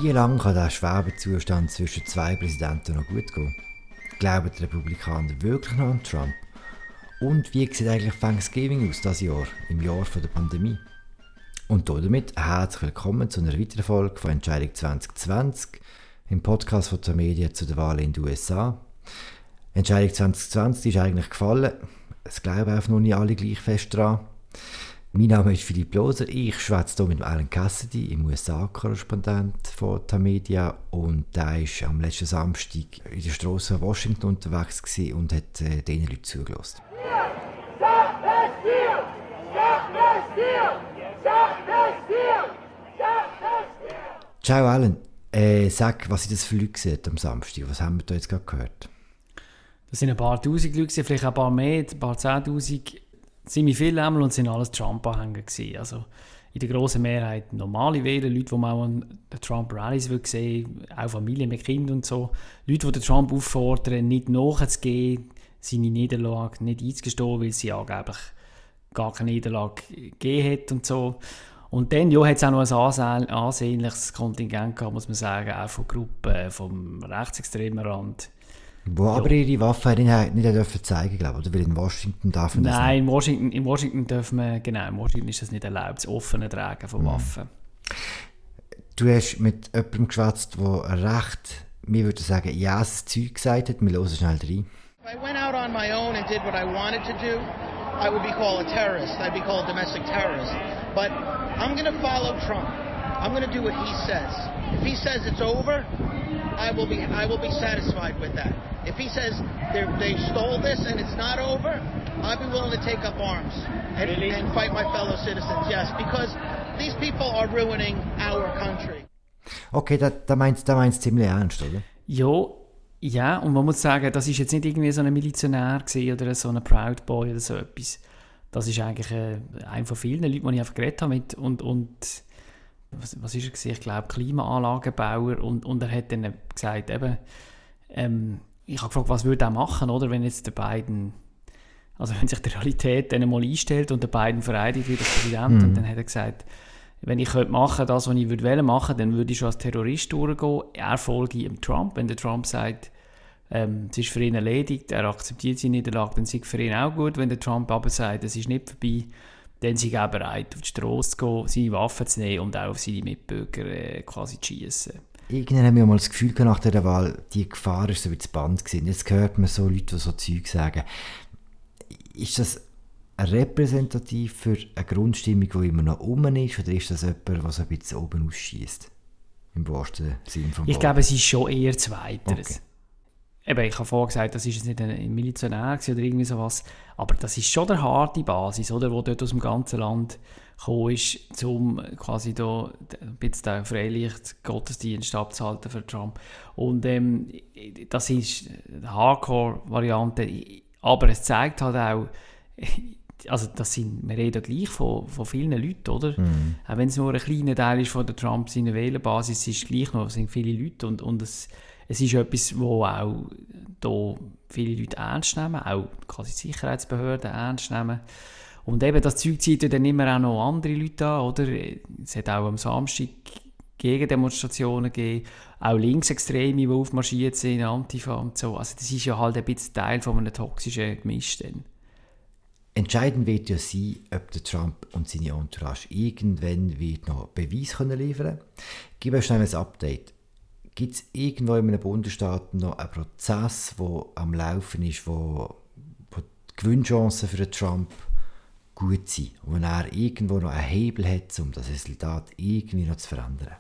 Wie lange kann der Schwebezustand zwischen zwei Präsidenten noch gut gehen? Glauben die Republikaner wirklich noch an Trump? Und wie sieht eigentlich Thanksgiving aus dieses Jahr, im Jahr der Pandemie? Und damit herzlich willkommen zu einer weiteren Folge von Entscheidung 2020 im Podcast von der Medien zu der Wahl in den USA. Entscheidung 2020 ist eigentlich gefallen. Es glauben auch noch nicht alle gleich fest dran. Mein Name ist Philipp Loser. Ich schwätze hier mit Alan Cassidy, im USA-Korrespondent von Tamedia. Und der war am letzten Samstag in der Straße von Washington unterwegs und hat diesen Leuten zugelassen. Ciao Alan. Sag, was sind das für Leute gesehen am Samstag? Was haben wir da jetzt gerade gehört? Das sind ein paar Tausend Leute, vielleicht ein paar mehr, ein paar 10'000. Ziemlich viele einmal und sind alles Trump-Anhänger gewesen. Also in der grossen Mehrheit normale Wähler, Leute, die man auch an den Trump-Rallies sehen, auch Familien mit Kindern und so. Leute, die den Trump auffordern, nicht nachzugeben, seine Niederlage nicht einzugestehen, weil sie angeblich gar keine Niederlage gegeben hat und so. Und dann hat es auch noch ein ansehnliches Kontingent gehabt, muss man sagen, auch von Gruppen vom rechtsextremen Rand. Wo aber ihre Waffen nicht dürfen zeigen, glaube ich, oder? Weil in Washington darf man das nicht. Nein, in Washington dürfen wir, genau, in Washington ist das nicht erlaubt, das offene Tragen von Waffen. Du hast mit jemandem geschwätzt, der recht, mir würde sagen, ja, das Zeug gesagt hat. Wir hören schnell rein. If I went out on my own and did what I wanted to do, I would be called a terrorist. I'd be called a domestic terrorist. But I'm going to follow Trump. I'm going to do what he says. If he says it's over, I will be satisfied with that. If he says they stole this and it's not over, I'll be willing to take up arms and fight my fellow citizens. Yes, because these people are ruining our country. Okay, da meinst du ziemlich ernst, oder? Ja, und man muss sagen, das ist jetzt nicht irgendwie so ein Milizionär gewesen oder so ein Proud Boy oder so etwas. Das ist eigentlich einer von vielen Leuten, die ich einfach geredet habe mit und was ist er gewesen? Ich glaube Klimaanlagenbauer und er hat dann gesagt, eben, ich habe gefragt, was würde er machen, oder, wenn jetzt der Biden, also wenn sich die Realität dann mal einstellt und der Biden vereidigt wird als Präsident, und dann hat er gesagt, wenn ich machen könnte, das, was ich würde machen, dann würde ich schon als Terrorist durchgehen. Er folge ihm Trump. Wenn der Trump sagt, es ist für ihn erledigt, er akzeptiert seine Niederlage, dann ist es für ihn auch gut. Wenn der Trump aber sagt, es ist nicht vorbei, dann sind sie auch bereit, auf die Straße zu gehen, seine Waffen zu nehmen und auch auf seine Mitbürger quasi zu schiessen. Irgendwann haben wir mal das Gefühl nach dieser Wahl, die Gefahr ist so wie das Band gewesen. Jetzt hört man so Leute, die so Zeug sagen. Ist das repräsentativ für eine Grundstimmung, die immer noch rum ist, oder ist das jemand, der so ein bisschen oben ausschiesst? Im wahrsten Sinne vom Wort. Ich glaube, es ist schon eher Zweiteres. Okay. Eben, ich habe vorhin gesagt, das ist jetzt nicht ein Milizionär oder irgendwie sowas, aber das ist schon der harte Basis, oder, wo dort aus dem ganzen Land gekommen ist, um quasi da ein bisschen den Freilicht-Gottesdienst abzuhalten für Trump. Und das ist die Hardcore-Variante, aber es zeigt halt auch, also wir reden gleich von vielen Leuten, oder? Auch wenn es nur ein kleiner Teil ist von der Trump seiner Wählerbasis, ist gleich noch, es sind viele Leute und es ist etwas, wo auch da viele Leute ernst nehmen, auch quasi die Sicherheitsbehörden ernst nehmen. Und eben das Zeug zieht ja dann immer auch noch andere Leute an, oder? Es hat auch am Samstag Gegendemonstrationen gegeben, auch Linksextreme, die aufmarschiert sind, Antifa und so. Also das ist ja halt ein bisschen Teil von einem toxischen Gemisch dann. Entscheidend wird ja sein, ob der Trump und seine Entourage irgendwann wird noch Beweis liefern können. Gib uns schnell ein Update. Gibt es irgendwo in einem Bundesstaat noch einen Prozess, der am Laufen ist, wo die Gewinnchancen für den Trump gut sind und wenn er irgendwo noch einen Hebel hat, um das Resultat irgendwie noch zu verändern?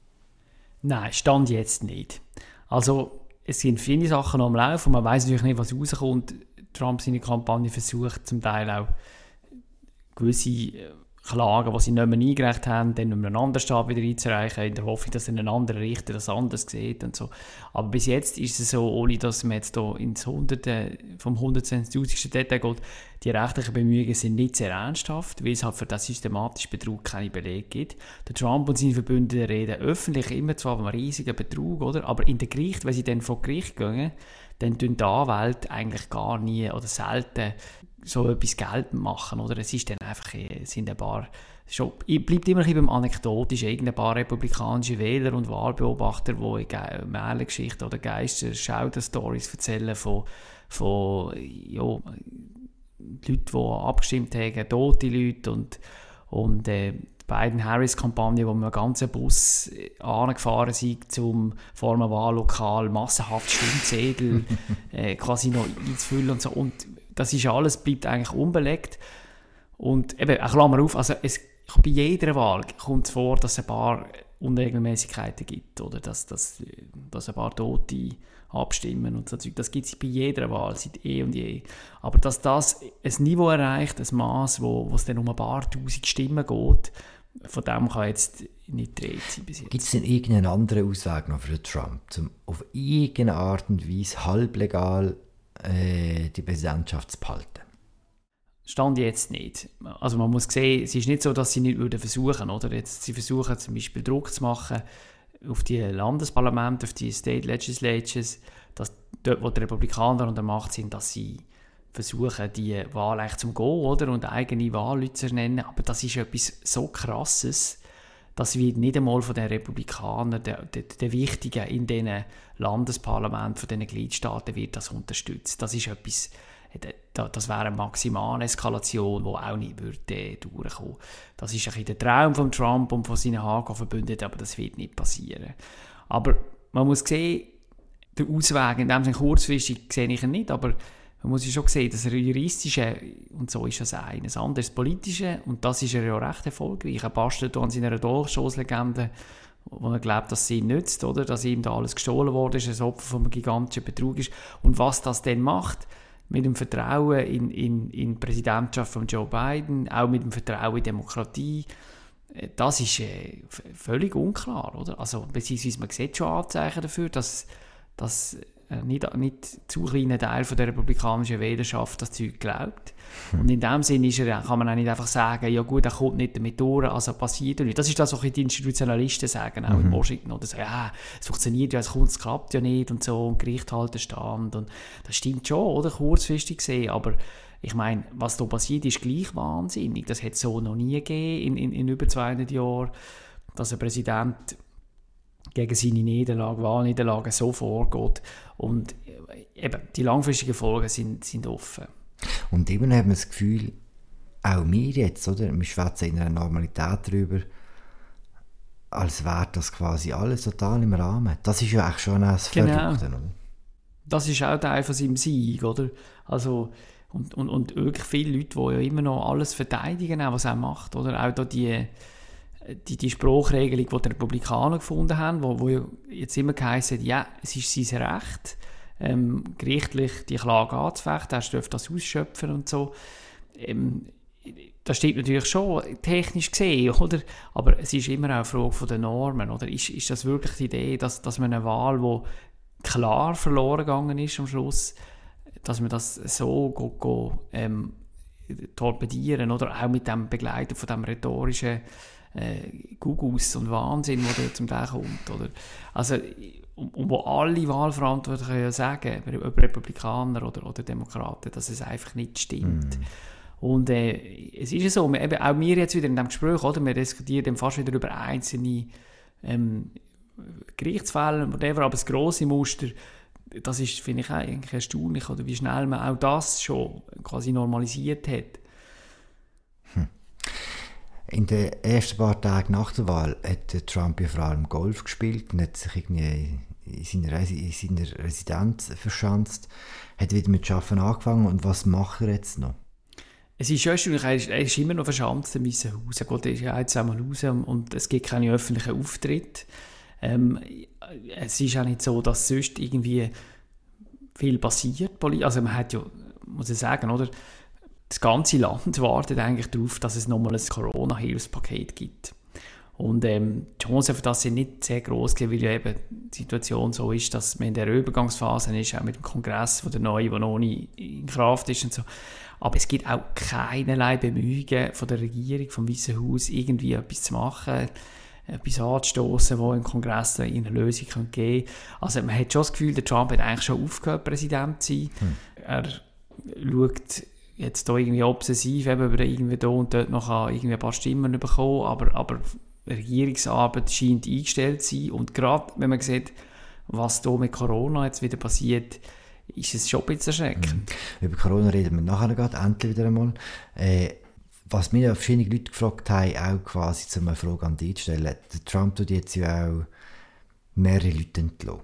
Nein, Stand jetzt nicht. Also es sind viele Sachen noch am Laufen und man weiß natürlich nicht, was rauskommt. Trump seine Kampagne versucht zum Teil auch gewisse Klagen, die sie nicht mehr eingereicht haben, dann um einen anderen Staat wieder einzureichen, in der Hoffnung, dass ein anderer Richter das anders sieht und so. Aber bis jetzt ist es so, ohne dass man jetzt hier ins Hunderte, vom 120.000. Detail geht, die rechtlichen Bemühungen sind nicht sehr ernsthaft, weil es halt für den systematischen Betrug keine Belege gibt. Der Trump und seine Verbündeten reden öffentlich immer zwar von einem riesigen Betrug, oder? Aber in den Gericht, wenn sie dann vor Gericht gehen, dann tun die Anwälte eigentlich gar nie oder selten so etwas geltend machen, oder? Es ist dann einfach, sind ein paar, schon, bleibt immer ein bisschen beim Anekdotischen, irgendein paar republikanische Wähler und Wahlbeobachter, die Märchengeschichten oder Geister-Schauder-Stories erzählen von Leuten, die abgestimmt haben, tote Leute und die Biden-Harris-Kampagne, wo wir einen ganzen Bus angefahren sind, zum vor einem Wahllokal massenhaft Stimmzettel quasi noch einzufüllen und so. Und das ist alles, bleibt eigentlich unbelegt. Und eben, auch Klammer auf, also bei jeder Wahl kommt es vor, dass es ein paar Unregelmäßigkeiten gibt, oder dass ein paar Tote abstimmen und so Zeug. Das gibt es bei jeder Wahl, seit eh und je. Aber dass das ein Niveau erreicht, ein Maß, wo es dann um ein paar tausend Stimmen geht, von dem kann jetzt nicht die Rede sein bis jetzt. Gibt es denn irgendeinen anderen Ausweg noch für Trump, um auf irgendeine Art und Weise halblegal die Präsidentschaft zu behalten? Stand jetzt nicht. Also man muss sehen, es ist nicht so, dass sie nicht versuchen, oder? Jetzt, sie versuchen zum Beispiel Druck zu machen auf die Landesparlamente, auf die State Legislatures, dass dort, wo die Republikaner an der Macht sind, dass sie versuchen, die Wahl echt zu gehen, oder? Und eigene Wahlleute zu nennen. Aber das ist etwas so Krasses, dass wir nicht einmal von den Republikanern, der Wichtigen in diesen Landesparlamenten, von diesen Gliedstaaten wird das unterstützt. Das ist etwas, das wäre eine maximale Eskalation, die auch nicht würde durchkommen. Das ist ein bisschen der Traum von Trump und von seinen Haga-Verbündeten, aber das wird nicht passieren. Aber man muss sehen, den Ausweg, in dem Sinne kurzfristig sehe ich ihn nicht, aber man muss schon sehen, das Juristische, und so ist das eine. Das andere ist das Politische, und das ist ja recht erfolgreich. Er bastelt an seiner Durchstoßlegende, wo er glaubt, dass sie ihm nützt, oder? Dass ihm da alles gestohlen wurde, ist ein Opfer von einem gigantischen Betrug ist. Und was das dann macht, mit dem Vertrauen in die Präsidentschaft von Joe Biden, auch mit dem Vertrauen in Demokratie, das ist völlig unklar, oder? Also, beziehungsweise man sieht schon Anzeichen dafür, dass nicht zu kleiner Teil von der republikanischen Wählerschaft das Zeug glaubt. Und in dem Sinne kann man auch nicht einfach sagen, ja gut, er kommt nicht damit durch, also passiert nicht. Das ist das, was die Institutionalisten sagen, auch in Washington. Oder so, ja, es funktioniert ja, es klappt ja nicht und so, und Gericht halten Stand. Und das stimmt schon, oder? Kurzfristig gesehen, aber ich meine, was da passiert, ist gleich wahnsinnig. Das hat es so noch nie gegeben in über 200 Jahren, dass ein Präsident gegen seine Wahlniederlagen so vorgeht. Und eben, die langfristigen Folgen sind offen. Und immer hat man das Gefühl, auch wir jetzt, oder? Wir schwätzen in einer Normalität darüber, als wäre das quasi alles total im Rahmen. Das ist ja eigentlich schon ein Verrückte, oder? Das ist auch Teil von seinem Sieg, oder? Also, und wirklich viele Leute, die ja immer noch alles verteidigen, was er macht, oder? Auch da die Spruchregelung, die die Republikaner gefunden haben, wo ja jetzt immer geheißen hat, ja, es ist sein Recht, gerichtlich die Klage anzufechten, er dürfte das ausschöpfen und so. Das stimmt natürlich schon, technisch gesehen, oder? Aber es ist immer auch eine Frage der Normen, oder? Ist das wirklich die Idee, dass man eine Wahl, die klar verloren gegangen ist am Schluss, dass man das so torpedieren, oder? Auch mit dem Begleiten von dem rhetorischen Gugus und Wahnsinn, der da zum Teil kommt, oder? Also, wo alle Wahlverantwortlichen ja sagen, ob Republikaner oder Demokraten, dass es einfach nicht stimmt. Und es ist ja so, eben auch wir jetzt wieder in diesem Gespräch, oder? Wir diskutieren fast wieder über einzelne Gerichtsfälle, whatever, aber das grosse Muster, das ist, finde ich, eigentlich erstaunlich, oder wie schnell man auch das schon quasi normalisiert hat. In den ersten paar Tagen nach der Wahl hat Trump ja vor allem Golf gespielt und hat sich irgendwie in seiner Residenz verschanzt, hat wieder mit Arbeiten angefangen. Und was macht er jetzt noch? Es ist schon erstaunlich, er ist immer noch verschanzt im Weißen Haus. Er geht ja jetzt einmal raus und es gibt keine öffentlichen Auftritte. Es ist auch nicht so, dass sonst irgendwie viel passiert. Also man hat ja, muss ich sagen, oder? Das ganze Land wartet eigentlich darauf, dass es nochmal ein Corona-Hilfspaket gibt. Und die Chancen für das sind nicht sehr gross, weil ja eben die Situation so ist, dass man in der Übergangsphase ist, auch mit dem Kongress, der noch nicht in Kraft ist und so. Aber es gibt auch keinerlei Bemühungen von der Regierung, vom Weißen Haus, irgendwie etwas zu machen, etwas anzustoßen, wo im Kongress eine Lösung geben kann. Also man hat schon das Gefühl, der Trump hat eigentlich schon aufgehört, Präsident zu sein. Er schaut jetzt da irgendwie obsessiv eben über irgendwie da und dort noch irgendwie ein paar Stimmen bekommen, aber Regierungsarbeit scheint eingestellt zu sein. Und gerade wenn man sieht, was da mit Corona jetzt wieder passiert, ist es schon ein bisschen erschreckend. Über Corona reden wir nachher gerade endlich wieder einmal. Was mir ja verschiedene Leute gefragt haben, auch quasi um eine Frage an dich zu stellen. Der Trump tut jetzt ja auch mehrere Leute entlassen.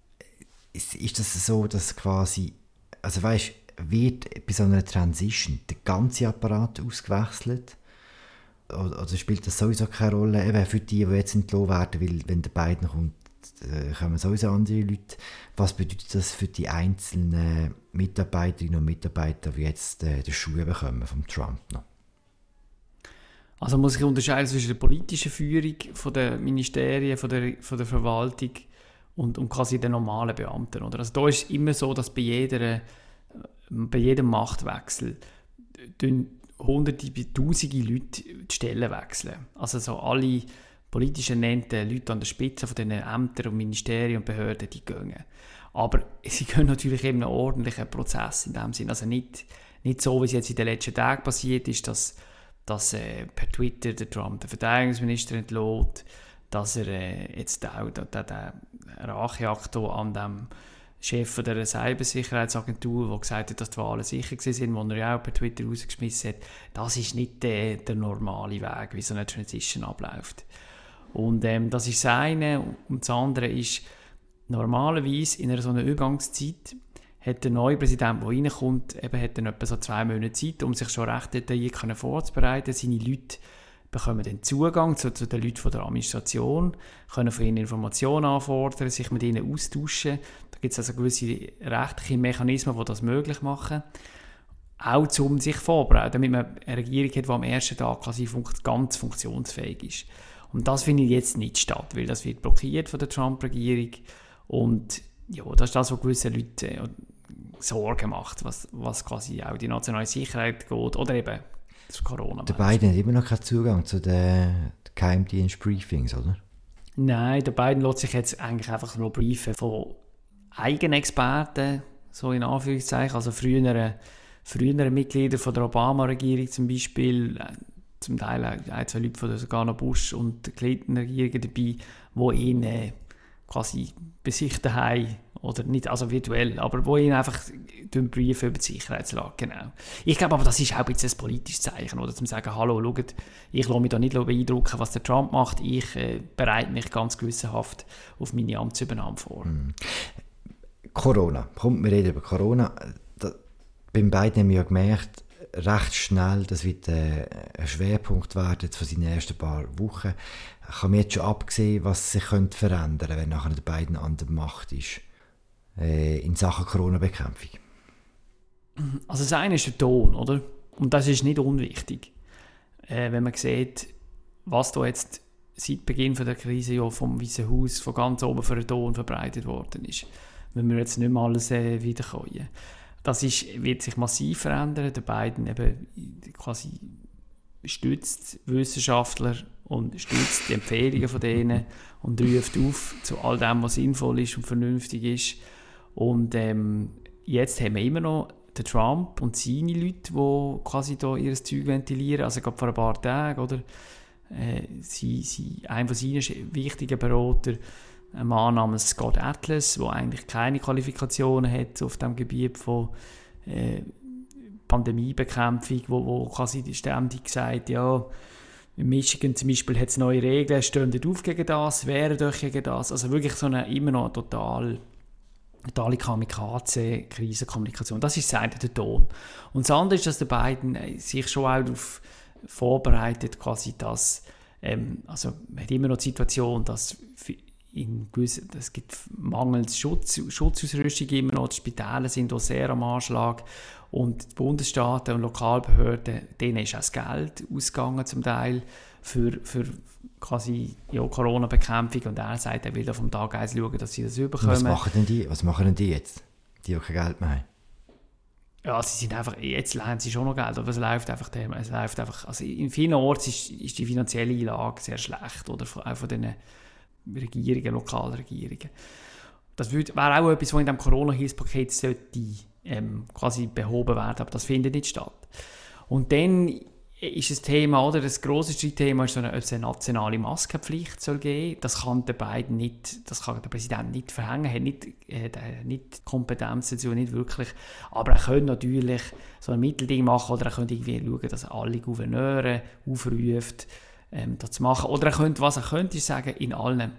Ist das so, dass quasi, also weißt, wird bei so einer Transition der ganze Apparat ausgewechselt? Oder spielt das sowieso keine Rolle eben für die jetzt entlassen werden, weil wenn der Biden kommt, kommen sowieso andere Leute. Was bedeutet das für die einzelnen Mitarbeiterinnen und Mitarbeiter, die jetzt den Schuh bekommen vom Trump noch? Also muss ich unterscheiden zwischen der politischen Führung von der Ministerien, von der Verwaltung und quasi den normalen Beamten. Oder? Also da ist es immer so, dass bei jedem Machtwechsel Hunderte bis Tausende Leute die Stellen wechseln. Also so alle politisch ernannten Leute an der Spitze von diesen Ämtern und Ministerien und Behörden, die gehen. Aber sie gehen natürlich eben einen ordentlichen Prozess in dem Sinn. Also nicht so, wie es jetzt in den letzten Tagen passiert ist, dass per Twitter der Trump den Verteidigungsminister entlässt, dass er jetzt auch den Racheakt an dem Chef der Cybersicherheitsagentur, der gesagt hat, dass die Wahlen sicher waren, wo er ja auch per Twitter rausgeschmissen hat. Das ist nicht der normale Weg, wie so eine Transition abläuft. Und das ist das eine. Und das andere ist, normalerweise in einer so einer Übergangszeit hat der neue Präsident, der reinkommt, hat dann etwa so 2 Monate Zeit, um sich schon recht detailliert vorzubereiten. Seine Leute bekommen dann Zugang zu den Leuten von der Administration, können von ihnen Informationen anfordern, sich mit ihnen austauschen. Da gibt es also gewisse rechtliche Mechanismen, die das möglich machen. Auch um sich vorzubereiten, damit man eine Regierung hat, die am ersten Tag quasi ganz funktionsfähig ist. Und das findet jetzt nicht statt, weil das wird blockiert von der Trump-Regierung. Und ja, das ist das, was gewisse Leute Sorgen macht, was quasi auch die nationale Sicherheit geht oder eben das Corona. Der Biden hat immer noch keinen Zugang zu den Geheimdienst-Briefings, oder? Nein, der Biden lässt sich jetzt eigentlich einfach nur briefen von eigenen Experten, so in Anführungszeichen, also früheren Mitglieder von der Obama-Regierung zum Beispiel, zum Teil ein, 2 Leute von sogar noch Bush und der Clinton-Regierung dabei, die ihn quasi besichtigt haben, oder nicht, also virtuell, aber wo ihnen einfach Briefe über die Sicherheitslage, genau. Ich glaube aber, das ist auch ein bisschen ein politisches Zeichen, oder, zum sagen, hallo, schaut, ich lasse mich da nicht beeindrucken, was der Trump macht, ich bereite mich ganz gewissenhaft auf meine Amtsübernahme vor. Corona, wir reden über Corona. Beim Biden haben wir ja gemerkt, recht schnell, das wird ein Schwerpunkt werden von seinen ersten paar Wochen. Ich habe mir jetzt schon abgesehen, was sich verändern könnte, wenn nachher der Biden an der Macht ist, in Sachen Corona-Bekämpfung. Also das eine ist der Ton, oder? Und das ist nicht unwichtig. Wenn man sieht, was da jetzt seit Beginn der Krise ja vom Weißen Haus von ganz oben für den Ton verbreitet worden ist, wenn wir jetzt nicht mehr alles wiederkommen. Das wird sich massiv verändern. Der Biden eben quasi stützt Wissenschaftler und stützt die Empfehlungen von denen und ruft auf zu all dem, was sinnvoll ist und vernünftig ist. Und jetzt haben wir immer noch den Trump und seine Leute, die quasi da ihr Zeug ventilieren. Also gerade vor ein paar Tagen, oder? Einer von seinen wichtigen Beratern, ein Mann namens Scott Atlas, der eigentlich keine Qualifikationen hat auf dem Gebiet von Pandemiebekämpfung, wo quasi ständig sagt, ja, in Michigan zum Beispiel hat es neue Regeln, stehen nicht auf gegen das, wehren euch gegen das. Also wirklich so immer noch totale Kamikaze-Krisenkommunikation. Das ist das eine, der Ton. Und das andere ist, dass der Biden sich schon auch darauf vorbereitet, quasi dass, also man hat immer noch die Situation, dass es gibt mangels Schutzausrüstung immer noch, die Spitäler sind auch sehr am Anschlag und die Bundesstaaten und Lokalbehörden, denen ist auch das Geld ausgegangen zum Teil für quasi Corona-Bekämpfung und er sagt, er will da vom Tag 1 schauen, dass sie das überkommen. Was machen denn die jetzt, die kein Geld mehr haben? Ja, sie sind einfach, jetzt leihen sie schon noch Geld, aber es läuft einfach, also in vielen Orten ist die finanzielle Lage sehr schlecht, oder auch von den Regierungen, Lokalregierungen. Das wäre auch etwas, was in diesem Corona-Hilfspaket sollte quasi behoben werden, aber das findet nicht statt. Und dann ist das Thema, oder das grosse Streitthema ist, ob es eine nationale Maskenpflicht soll geben. Das kann der Präsident nicht verhängen, hat nicht Kompetenz dazu, nicht wirklich. Aber er könnte natürlich so ein Mittelding machen, oder er könnte irgendwie schauen, dass alle Gouverneure aufruft, das zu machen. Oder was er könnte sagen, in allen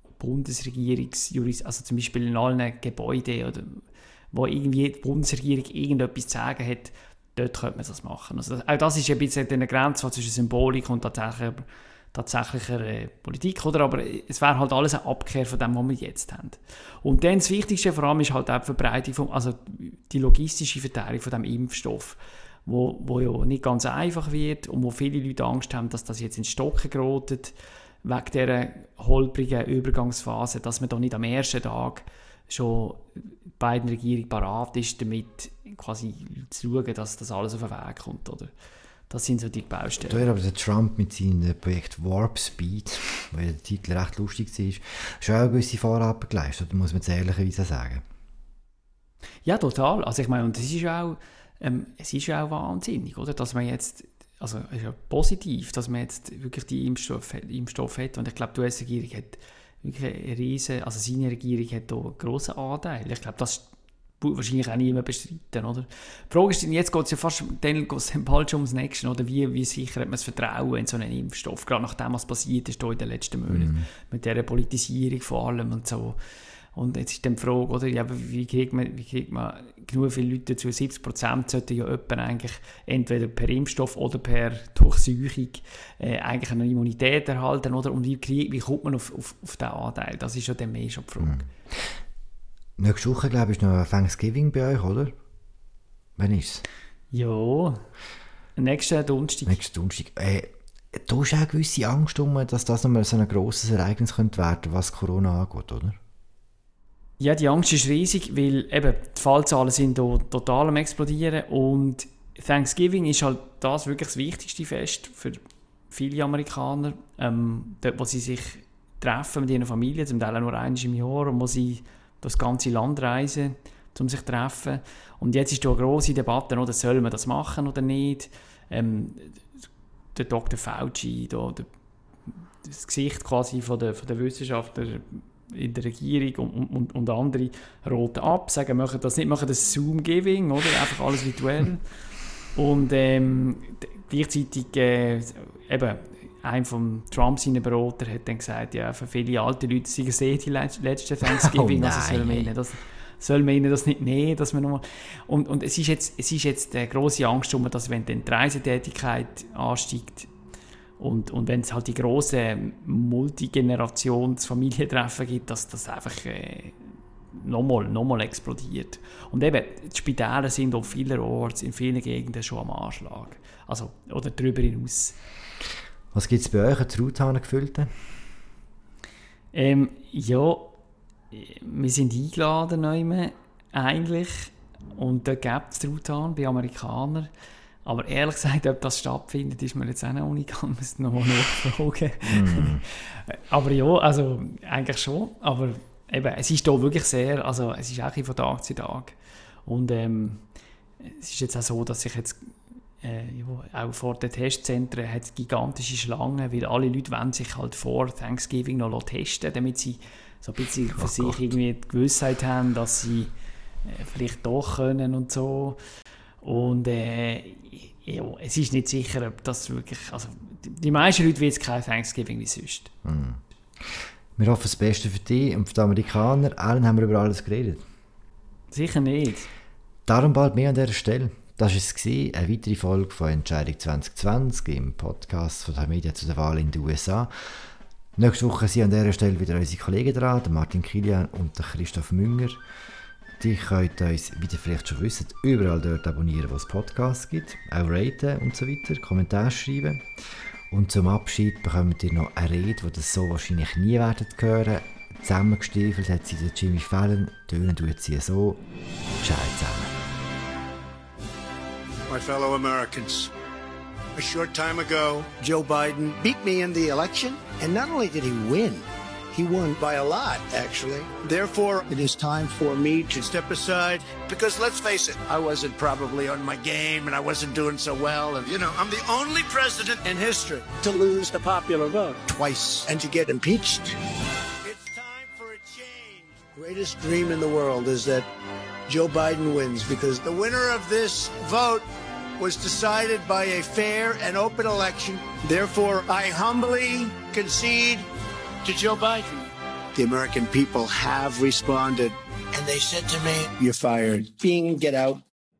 also zum Beispiel in allen Gebäuden, oder wo irgendwie die Bundesregierung irgendetwas zu sagen hat, dort könnte man das machen. Also auch das ist ein bisschen eine Grenze zwischen Symbolik und tatsächlicher Politik, oder? Aber es wäre halt alles eine Abkehr von dem, was wir jetzt haben. Und dann das Wichtigste vor allem ist halt auch die Verbreitung, also die logistische Verteilung von diesem Impfstoff, wo ja nicht ganz einfach wird und wo viele Leute Angst haben, dass das jetzt ins Stocken gerät, wegen dieser holprigen Übergangsphase, dass man da nicht am ersten Tag schon die beiden Regierung parat ist, damit quasi zu schauen, dass das alles auf den Weg kommt, oder? Das sind so die Baustellen. Da hat aber der Trump mit seinem Projekt Warp Speed, wo der Titel recht lustig war, schon auch eine gewisse Vorarbeit geleistet, muss man jetzt ehrlicherweise sagen. Ja, total. Also ich meine, und es ist auch wahnsinnig, oder? Dass man jetzt, also es ist ja positiv, dass man jetzt wirklich die Impfstoff hat, und ich glaube, die US-Regierung hat wirklich eine riesen, also seine Regierung hat hier einen grossen Anteil. Ich glaube, das wird wahrscheinlich auch niemand bestreiten, oder? Die Frage ist, jetzt geht es ja fast, dann geht es bald schon ums Nächste, oder? Wie sicher hat man das Vertrauen in so einen Impfstoff, gerade nachdem, was passiert ist in den letzten Monaten, mit dieser Politisierung vor allem und so. Und jetzt ist dann die Frage, oder, ja, wie kriegt man genug viele Leute dazu? 70% sollten ja jemand eigentlich entweder per Impfstoff oder per Durchseuchung eigentlich eine Immunität erhalten, oder? Und wie kommt man auf diesen Anteil? Das ist ja dann mehr schon die Frage. Nächste Woche, glaube ich, ist noch Thanksgiving bei euch, oder? Wann ist es? Ja, nächsten Donnerstag. Nächsten Donnerstag. Da ist auch eine gewisse Angst, dass das nochmal so ein grosses Ereignis könnte werden, was Corona angeht, oder? Ja, die Angst ist riesig, weil eben die Fallzahlen sind hier total am explodieren, und Thanksgiving ist halt das wirklich das wichtigste Fest für viele Amerikaner, dort, wo sie sich treffen mit ihren Familien, zum Teil nur einmal im Jahr, und wo sie das ganze Land reisen, um sich zu treffen. Und jetzt ist hier eine grosse Debatte, oder soll man das machen oder nicht? Der Dr. Fauci, das Gesicht quasi von der Wissenschaftler in der Regierung und andere roten ab, sagen, machen das nicht, machen das Zoom-Giving, oder? Einfach alles virtuell. Und gleichzeitig eben ein von Trump seinen Berater hat dann gesagt, ja, für viele alte Leute sind es die letzte Thanksgiving, also soll man ihnen das nicht nehmen, dass man nochmal... Und es ist jetzt eine grosse Angst, dass wenn dann die Reisetätigkeit ansteigt und wenn es halt die grossen Multigenerations-Familientreffen gibt, dass das einfach nochmal explodiert. Und eben, die Spitäler sind auf vielerorts, in vielen Gegenden schon am Anschlag. Also, oder darüber hinaus. Was gibt es bei euch, einen Truthahnengefüllten? Ja, wir sind eingeladen eigentlich. Und dort gibt es Truthahn bei Amerikanern. Aber ehrlich gesagt, ob das stattfindet, ist mir jetzt auch noch nicht ganz noch nachfragen. Aber ja, also eigentlich schon. Aber eben, es ist hier wirklich sehr, also es ist auch von Tag zu Tag. Und es ist jetzt auch so, dass sich jetzt auch vor den Testzentren hat gigantische Schlangen, weil alle Leute wollen sich halt vor Thanksgiving noch testen, damit sie so ein bisschen für sich irgendwie die Gewissheit haben, dass sie vielleicht doch können und so. Und ja, es ist nicht sicher, ob das wirklich... Also, die meisten Leute wollen jetzt kein Thanksgiving wie sonst. Wir hoffen das Beste für dich und für die Amerikaner. Allen haben wir über alles geredet. Sicher nicht. Darum bald mehr an dieser Stelle. Das war es, eine weitere Folge von Entscheidung 2020 im Podcast von der Media zu der Wahl in den USA. Nächste Woche sind an dieser Stelle wieder unsere Kollegen dran, der Martin Kilian und der Christoph Münger. Die könnt uns, wie ihr vielleicht schon wisst, überall dort abonnieren, wo es Podcasts gibt, auch raten und so weiter, Kommentare schreiben. Und zum Abschied bekommt ihr noch eine Rede, die das so wahrscheinlich nie werdet hören. Zusammengestiefelt hat sie der Jimmy Fallon, tönen tut sie so. Ciao zusammen. My fellow Americans, a short time ago, Joe Biden beat me in the election, and not only did he win, He won by a lot, actually. Therefore, it is time for me to step aside because let's face it, I wasn't probably on my game and I wasn't doing so well. And, you know, I'm the only president in history to lose the popular vote twice and to get impeached. It's time for a change. Greatest dream in the world is that Joe Biden wins because the winner of this vote was decided by a fair and open election. Therefore, I humbly concede to Joe Biden. The American people have responded, and they said to me, "You're fired." Bing, get out.